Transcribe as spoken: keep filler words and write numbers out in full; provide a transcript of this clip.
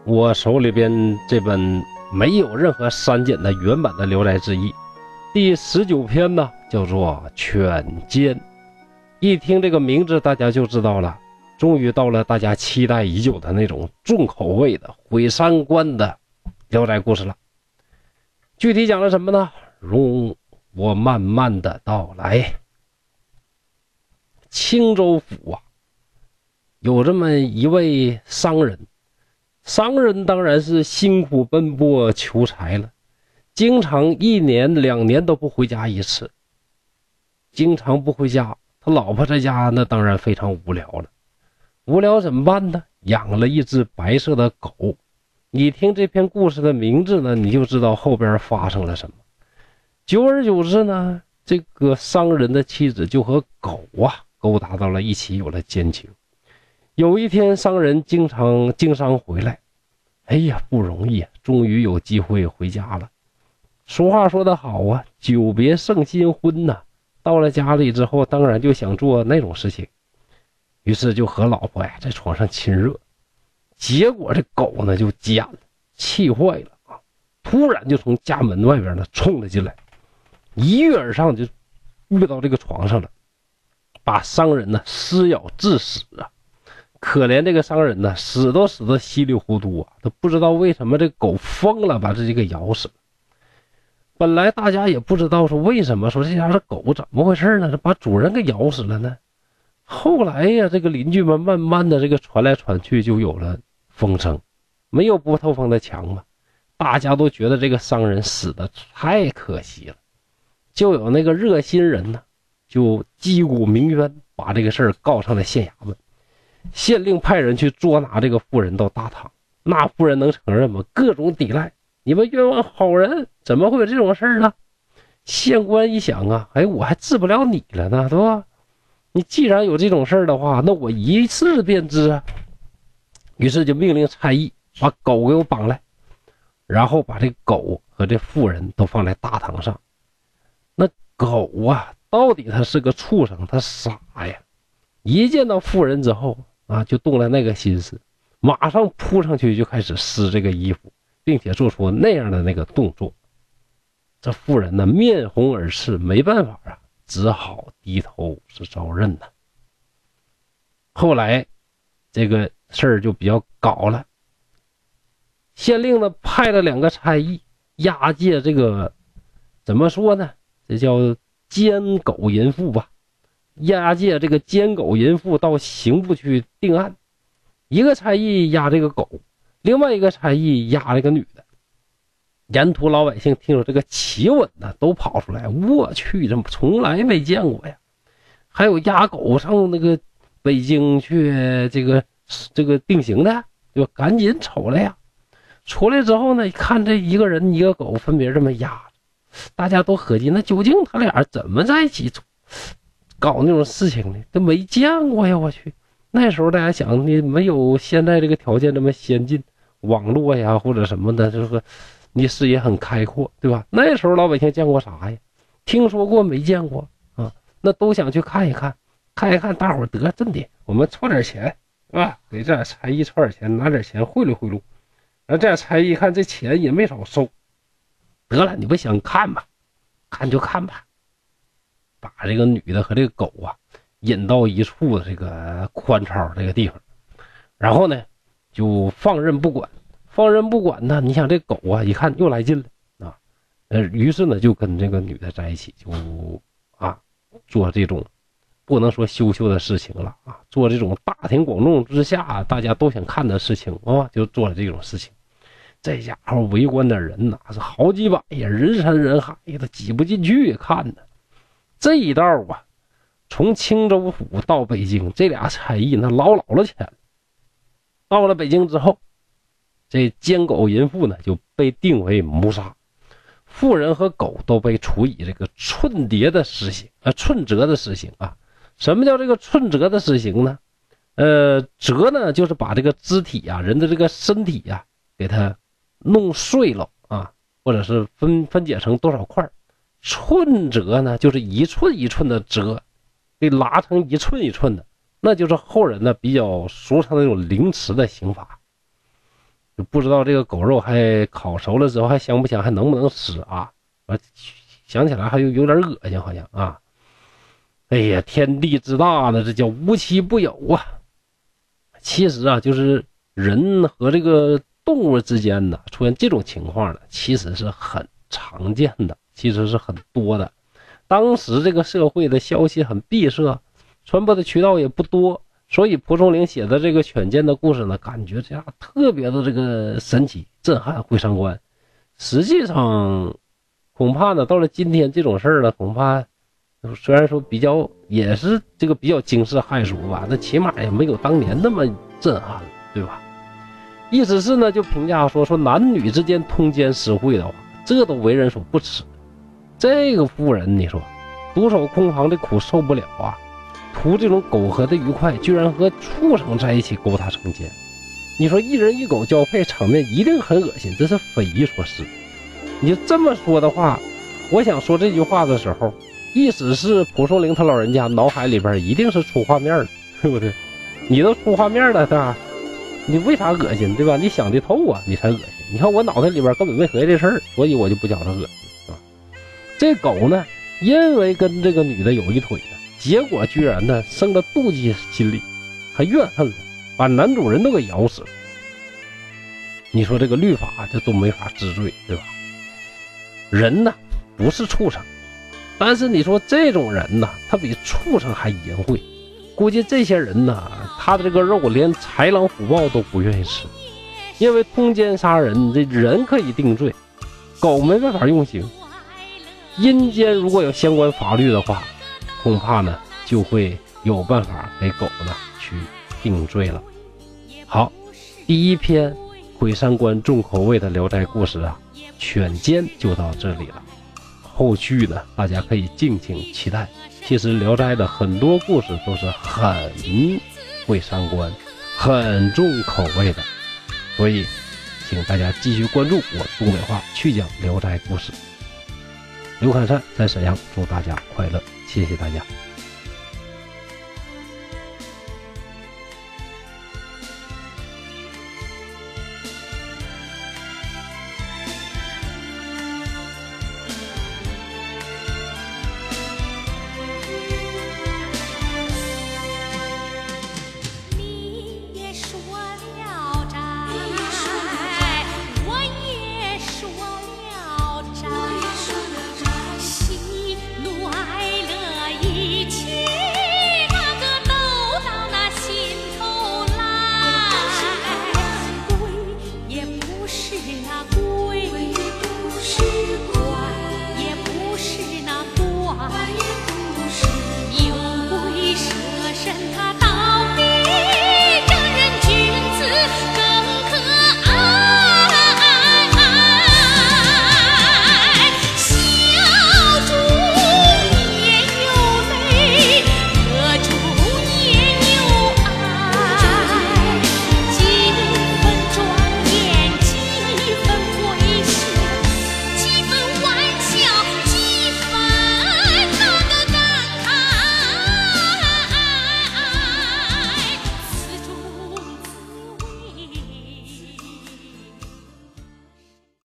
我手里边这本没有任何删减的原版的《聊斋志异》第十九篇呢，叫做犬奸。一听这个名字，大家就知道了，终于到了大家期待已久的那种重口味的毁三观的聊斋故事了。具体讲了什么呢？容我慢慢的道来。青州府啊，有这么一位商人，商人当然是辛苦奔波求财了，经常一年两年都不回家一次，经常不回家，他老婆在家那当然非常无聊了。无聊怎么办呢？养了一只白色的狗。你听这篇故事的名字呢，你就知道后边发生了什么。久而久之呢，这个商人的妻子就和狗啊勾搭到了一起，有了奸情。有一天，商人经常经商回来，哎呀，不容易，终于有机会回家了。俗话说得好啊，久别胜新婚呐、啊。到了家里之后，当然就想做那种事情，于是就和老婆呀在床上亲热。结果这狗呢就急眼了，气坏了啊！突然就从家门外边呢冲了进来，一跃而上就跃到这个床上了，把商人呢撕咬致死啊！可怜这个商人呢，死都死得稀里糊涂啊，都不知道为什么这狗疯了，把自己给咬死了。本来大家也不知道说为什么，说这家的狗怎么回事呢？把主人给咬死了呢？后来呀，这个邻居们慢慢的这个传来传去，就有了风声，没有不透风的墙嘛，大家都觉得这个商人死的太可惜了，就有那个热心人呢，就击鼓鸣冤，把这个事儿告上了县衙门。县令派人去捉拿这个妇人到大堂，那妇人能承认吗？各种抵赖，你们冤枉好人，怎么会有这种事儿呢？县官一想啊，哎，我还治不了你了呢，对吧？你既然有这种事儿的话，那我一次便知啊。于是就命令差役把狗给我绑来，然后把这狗和这妇人都放在大堂上。那狗啊，到底它是个畜生，它傻呀！一见到妇人之后啊，就动了那个心思，马上扑上去就开始撕这个衣服，并且做出那样的那个动作。这妇人呢，面红耳赤，没办法啊，只好低头是招认呢。后来这个事儿就比较搞了，县令呢派了两个差役押解这个，怎么说呢，这叫奸狗淫妇吧，押解这个奸狗淫妇到刑部去定案。一个差役押这个狗，另外一个差役押这个女的。沿途老百姓听说这个奇闻呢，都跑出来，我去，这从来没见过呀！还有押狗上那个北京去这个这个定刑的，就赶紧瞅来呀！出来之后呢，看这一个人一个狗分别这么押着，大家都合计，那究竟他俩怎么在一起搞那种事情呢？都没见过呀！我去，那时候大家想，你没有现在这个条件这么先进，网络呀或者什么的，就是你视野很开阔，对吧？那时候老百姓见过啥呀？听说过没见过啊？那都想去看一看，看一看，大伙儿得真的，我们凑点钱，是吧？给这差役凑点钱，拿点钱贿赂贿赂。然后这差役一看这钱也没少收，得了，你不想看吧？看就看吧。把这个女的和这个狗啊引到一处的这个宽敞这个地方，然后呢就放任不管。放任不管呢，你想这狗啊，一看又来劲了啊，呃，于是呢就跟这个女的在一起，就啊做这种不能说羞羞的事情了啊，做这种大庭广众之下大家都想看的事情啊，就做了这种事情。这家伙围观的人呐、啊、是好几百呀，人山人海的，挤不进去看呢。这一道啊，从青州府到北京，这俩差役那老老了钱了。到了北京之后，这奸狗淫妇呢就被定为谋杀，妇人和狗都被处以这个寸牒的死刑啊，寸折的死刑啊。什么叫这个寸折的死刑呢？呃，折呢就是把这个肢体啊，人的这个身体啊，给它弄碎了啊，或者是分分解成多少块。寸折呢就是一寸一寸的折，给拉成一寸一寸的，那就是后人呢比较俗称的那种凌迟的刑罚。 就不知道这个狗肉还烤熟了之后还香不香，还能不能吃啊？我想起来还有有点恶心，好像啊。哎呀，天地之大呢，这叫无奇不有啊。其实啊，就是人和这个动物之间呢，出现这种情况呢，其实是很常见的，其实是很多的。当时这个社会的消息很闭塞，传播的渠道也不多，所以蒲松龄写的这个犬见的故事呢，感觉这样特别的这个神奇、震撼、毁三观。实际上，恐怕呢，到了今天这种事儿呢，恐怕虽然说比较也是这个比较惊世骇俗吧，那起码也没有当年那么震撼了，对吧？意思是呢，就评价说说男女之间通奸私会的话，这都为人所不齿。这个妇人，你说独守空房的苦受不了啊，图这种苟合的愉快，居然和畜生在一起勾搭成奸。你说一人一狗交配，场面一定很恶心，这是匪夷所思。你就这么说的话，我想说这句话的时候，意思是蒲松龄他老人家脑海里边一定是出画面的，对不对？你都出画面了，对吧？你为啥恶心，对吧？你想得透啊，你才恶心。你看我脑袋里边根本没合计这事儿，所以我就不讲它恶心，是吧？这狗呢，因为跟这个女的有一腿呢，结果居然呢生了妒忌心理，还怨恨了，把男主人都给咬死了。你说这个律法这都没法治罪，对吧？人呢不是畜生，但是你说这种人呢，他比畜生还淫秽。估计这些人呢，他的这个肉连豺狼虎豹都不愿意吃，因为通奸杀人，这人可以定罪，狗没办法用刑。阴间如果有相关法律的话，恐怕呢就会有办法给狗呢去定罪了。好，第一篇毁三观重口味的聊斋故事啊，犬奸就到这里了。后续呢，大家可以敬请期待。其实聊斋的很多故事都是很毁三观、很重口味的，所以请大家继续关注我东北话去讲聊斋故事。刘侃山在沈阳，祝大家快乐，谢谢大家。